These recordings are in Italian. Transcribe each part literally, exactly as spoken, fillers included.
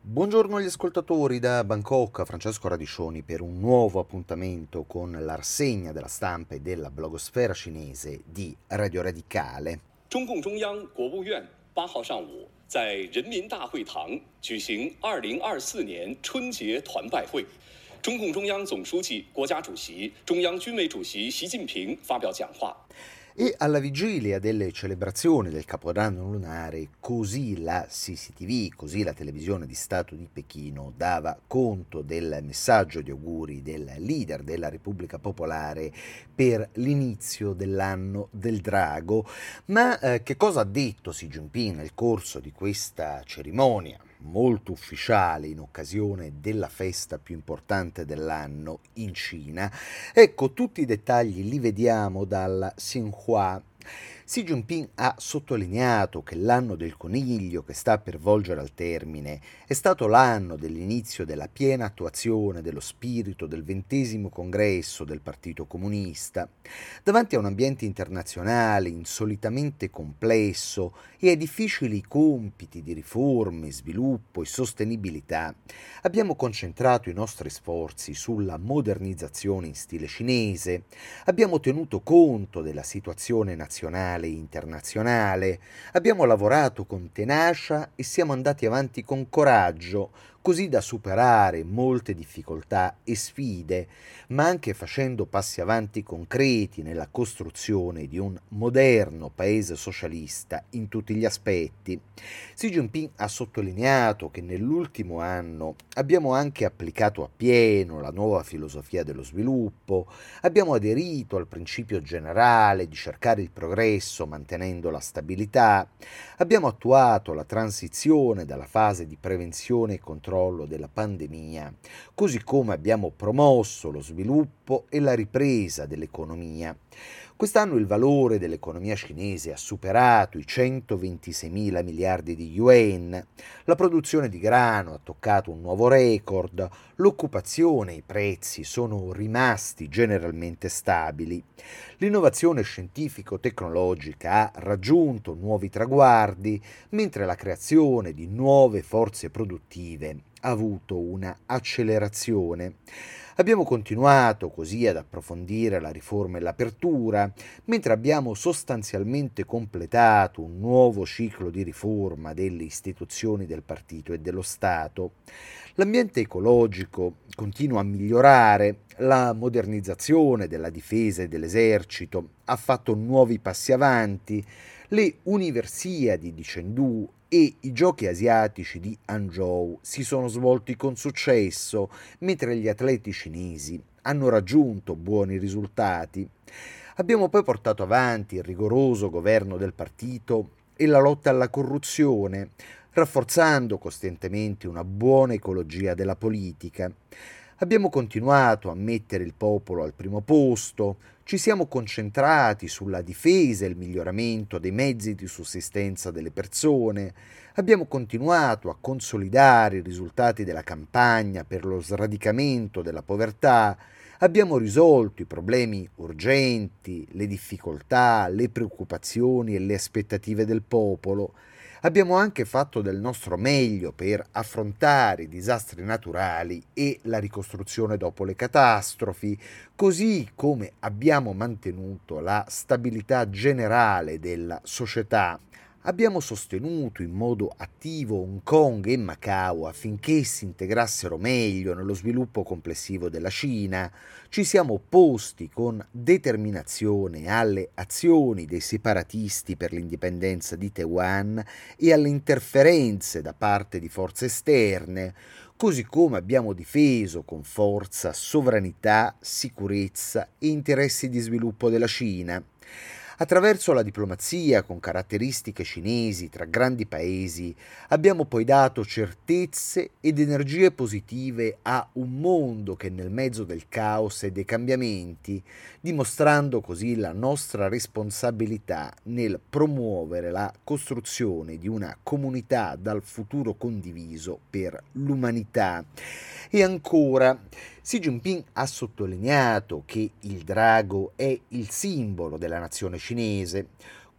Buongiorno agli ascoltatori da Bangkok, Francesco Radiscioni per un nuovo appuntamento con la rassegna della stampa e della blogosfera cinese di Radio Radicale. 中共中央、国务院八号上午在人民大会堂举行二零二四年春节团拜会。中共中央总书记、国家主席、中央军委主席习近平发表讲话。 E alla vigilia delle celebrazioni del Capodanno lunare, così la C C T V, così la televisione di Stato di Pechino dava conto del messaggio di auguri del leader della Repubblica Popolare per l'inizio dell'anno del drago. Ma eh, che cosa ha detto Xi Jinping nel corso di questa cerimonia molto ufficiale in occasione della festa più importante dell'anno in Cina? Ecco, tutti i dettagli li vediamo dalla Xinhua. Xi Jinping ha sottolineato che l'anno del coniglio che sta per volgere al termine è stato l'anno dell'inizio della piena attuazione dello spirito del ventesimo congresso del Partito Comunista. Davanti a un ambiente internazionale insolitamente complesso e ai difficili compiti di riforme, sviluppo e sostenibilità, abbiamo concentrato i nostri sforzi sulla modernizzazione in stile cinese, abbiamo tenuto conto della situazione nazionale e internazionale, abbiamo lavorato con tenacia e siamo andati avanti con coraggio, così da superare molte difficoltà e sfide, ma anche facendo passi avanti concreti nella costruzione di un moderno paese socialista in tutti gli aspetti. Xi Jinping ha sottolineato che nell'ultimo anno abbiamo anche applicato appieno la nuova filosofia dello sviluppo, abbiamo aderito al principio generale di cercare il progresso mantenendo la stabilità, abbiamo attuato la transizione dalla fase di prevenzione e controllo della pandemia, così come abbiamo promosso lo sviluppo e la ripresa dell'economia. Quest'anno il valore dell'economia cinese ha superato i centoventiseimila miliardi di yuan, la produzione di grano ha toccato un nuovo record, l'occupazione e i prezzi sono rimasti generalmente stabili, l'innovazione scientifico-tecnologica ha raggiunto nuovi traguardi, mentre la creazione di nuove forze produttive ha avuto una accelerazione. Abbiamo continuato così ad approfondire la riforma e l'apertura, mentre abbiamo sostanzialmente completato un nuovo ciclo di riforma delle istituzioni del partito e dello Stato. L'ambiente ecologico continua a migliorare, la modernizzazione della difesa e dell'esercito ha fatto nuovi passi avanti, le Universiadi di Chengdu e i giochi asiatici di Hangzhou si sono svolti con successo, mentre gli atleti cinesi hanno raggiunto buoni risultati. Abbiamo poi portato avanti il rigoroso governo del partito e la lotta alla corruzione, rafforzando costantemente una buona ecologia della politica. Abbiamo continuato a mettere il popolo al primo posto, ci siamo concentrati sulla difesa e il miglioramento dei mezzi di sussistenza delle persone, abbiamo continuato a consolidare i risultati della campagna per lo sradicamento della povertà, abbiamo risolto i problemi urgenti, le difficoltà, le preoccupazioni e le aspettative del popolo. Abbiamo anche fatto del nostro meglio per affrontare i disastri naturali e la ricostruzione dopo le catastrofi, così come abbiamo mantenuto la stabilità generale della società. Abbiamo sostenuto in modo attivo Hong Kong e Macao affinché si integrassero meglio nello sviluppo complessivo della Cina, ci siamo opposti con determinazione alle azioni dei separatisti per l'indipendenza di Taiwan e alle interferenze da parte di forze esterne, così come abbiamo difeso con forza sovranità, sicurezza e interessi di sviluppo della Cina. Attraverso la diplomazia con caratteristiche cinesi tra grandi paesi abbiamo poi dato certezze ed energie positive a un mondo che nel mezzo del caos e dei cambiamenti, dimostrando così la nostra responsabilità nel promuovere la costruzione di una comunità dal futuro condiviso per l'umanità. E ancora, Xi Jinping ha sottolineato che il drago è il simbolo della nazione cinese,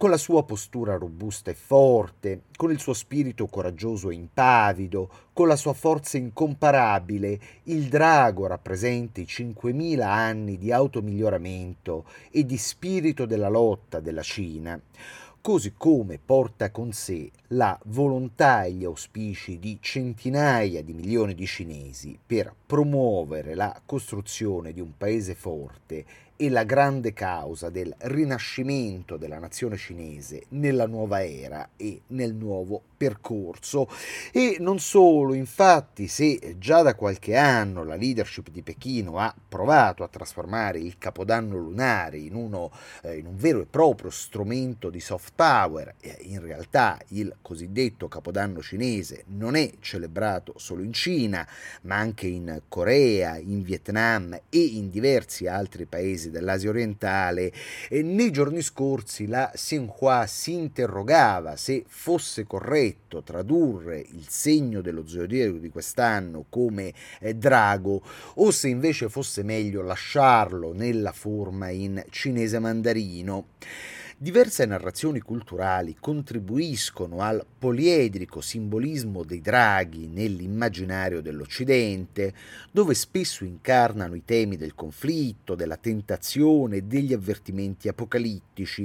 con la sua postura robusta e forte, con il suo spirito coraggioso e impavido, con la sua forza incomparabile, il drago rappresenta i cinquemila anni di automiglioramento e di spirito della lotta della Cina, così come porta con sé la volontà e gli auspici di centinaia di milioni di cinesi per promuovere la costruzione di un paese forte e la grande causa del rinascimento della nazione cinese nella nuova era e nel nuovo percorso. E non solo, infatti, se già da qualche anno la leadership di Pechino ha provato a trasformare il Capodanno lunare in, uno, eh, in un vero e proprio strumento di soft power, eh, in realtà il cosiddetto Capodanno cinese non è celebrato solo in Cina, ma anche in Corea, in Vietnam e in diversi altri paesi dell'Asia orientale. E nei giorni scorsi la Xinhua si interrogava se fosse corretto tradurre il segno dello zodiaco di quest'anno come eh, drago o se invece fosse meglio lasciarlo nella forma in cinese mandarino. Diverse narrazioni culturali contribuiscono al poliedrico simbolismo dei draghi nell'immaginario dell'Occidente, dove spesso incarnano i temi del conflitto, della tentazione e degli avvertimenti apocalittici.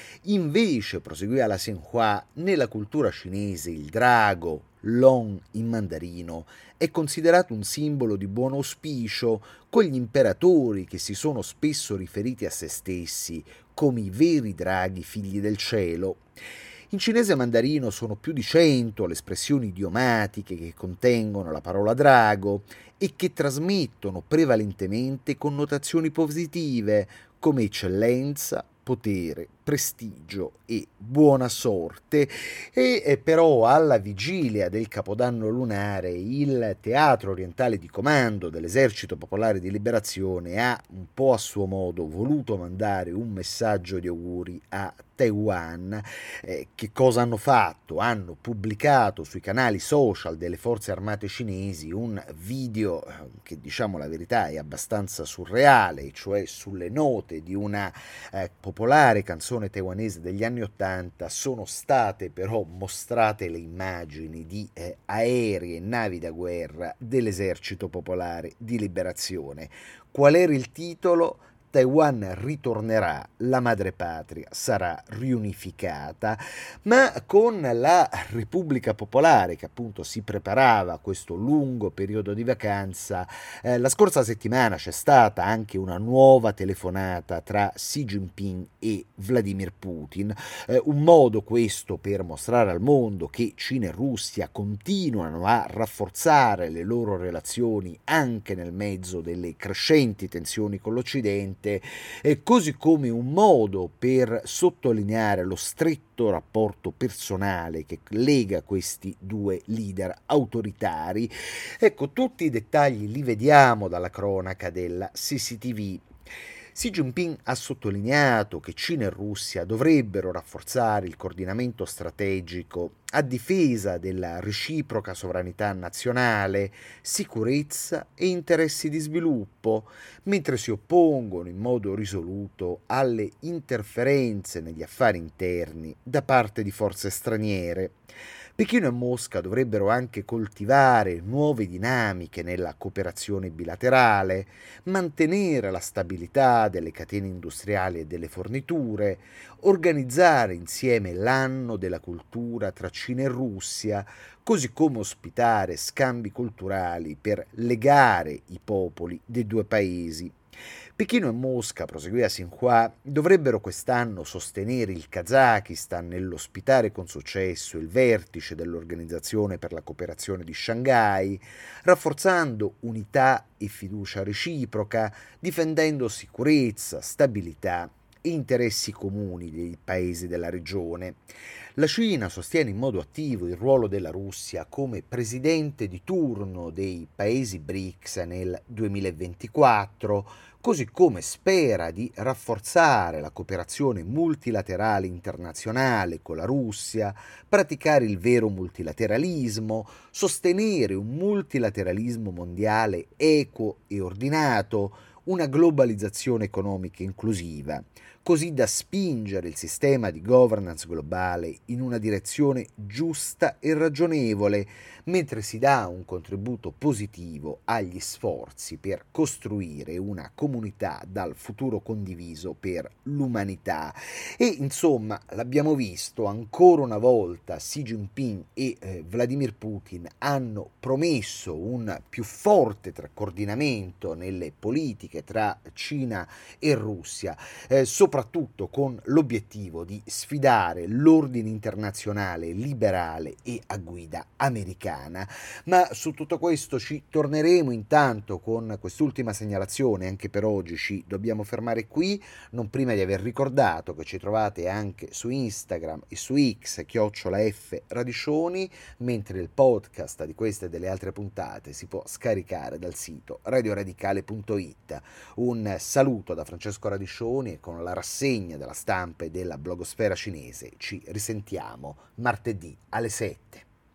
Invece, proseguiva la Xinhua, nella cultura cinese il drago, Long in mandarino, è considerato un simbolo di buon auspicio, con gli imperatori che si sono spesso riferiti a se stessi come i veri draghi figli del cielo. In cinese mandarino sono più di cento le espressioni idiomatiche che contengono la parola drago e che trasmettono prevalentemente connotazioni positive come eccellenza, potere, prestigio e buona sorte. E eh, però alla vigilia del Capodanno lunare il Teatro Orientale di Comando dell'Esercito Popolare di Liberazione ha un po' a suo modo voluto mandare un messaggio di auguri a Taiwan. Eh, che cosa hanno fatto? Hanno pubblicato sui canali social delle forze armate cinesi un video eh, che, diciamo la verità, è abbastanza surreale, cioè sulle note di una eh, popolare canzone taiwanese degli anni Ottanta sono state però mostrate le immagini di eh, aerei e navi da guerra dell'Esercito Popolare di Liberazione. Qual era il titolo? Taiwan ritornerà, la madrepatria sarà riunificata, ma con la Repubblica Popolare che appunto si preparava a questo lungo periodo di vacanza, eh, la scorsa settimana c'è stata anche una nuova telefonata tra Xi Jinping e Vladimir Putin, eh, un modo questo per mostrare al mondo che Cina e Russia continuano a rafforzare le loro relazioni anche nel mezzo delle crescenti tensioni con l'Occidente, eh, così come un modo per sottolineare lo stretto rapporto personale che lega questi due leader autoritari. Ecco, tutti i dettagli li vediamo dalla cronaca della C C T V. Xi Jinping ha sottolineato che Cina e Russia dovrebbero rafforzare il coordinamento strategico a difesa della reciproca sovranità nazionale, sicurezza e interessi di sviluppo, mentre si oppongono in modo risoluto alle interferenze negli affari interni da parte di forze straniere. Pechino e Mosca dovrebbero anche coltivare nuove dinamiche nella cooperazione bilaterale, mantenere la stabilità delle catene industriali e delle forniture, organizzare insieme l'anno della cultura tra Cina e Russia, così come ospitare scambi culturali per legare i popoli dei due paesi. Pechino e Mosca, proseguiva Xinhua, dovrebbero quest'anno sostenere il Kazakistan nell'ospitare con successo il vertice dell'Organizzazione per la cooperazione di Shanghai, rafforzando unità e fiducia reciproca, difendendo sicurezza, stabilità e interessi comuni dei paesi della regione. La Cina sostiene in modo attivo il ruolo della Russia come presidente di turno dei paesi B R I C S nel duemilaventiquattro, così come spera di rafforzare la cooperazione multilaterale internazionale con la Russia, praticare il vero multilateralismo, sostenere un multilateralismo mondiale equo e ordinato, una globalizzazione economica inclusiva, così da spingere il sistema di governance globale in una direzione giusta e ragionevole, mentre si dà un contributo positivo agli sforzi per costruire una comunità dal futuro condiviso per l'umanità. E insomma, l'abbiamo visto ancora una volta, Xi Jinping e eh, Vladimir Putin hanno promesso un più forte tra coordinamento nelle politiche tra Cina e Russia, eh, soprattutto con l'obiettivo di sfidare l'ordine internazionale liberale e a guida americana. Ma su tutto questo ci torneremo. Intanto con quest'ultima segnalazione anche per oggi ci dobbiamo fermare qui, non prima di aver ricordato che ci trovate anche su Instagram e su X chiocciola F Radiscioni, mentre il podcast di queste e delle altre puntate si può scaricare dal sito radioradicale punto it. Un saluto da Francesco Radiscioni e con la rassegna della stampa e della blogosfera cinese ci risentiamo martedì alle sette.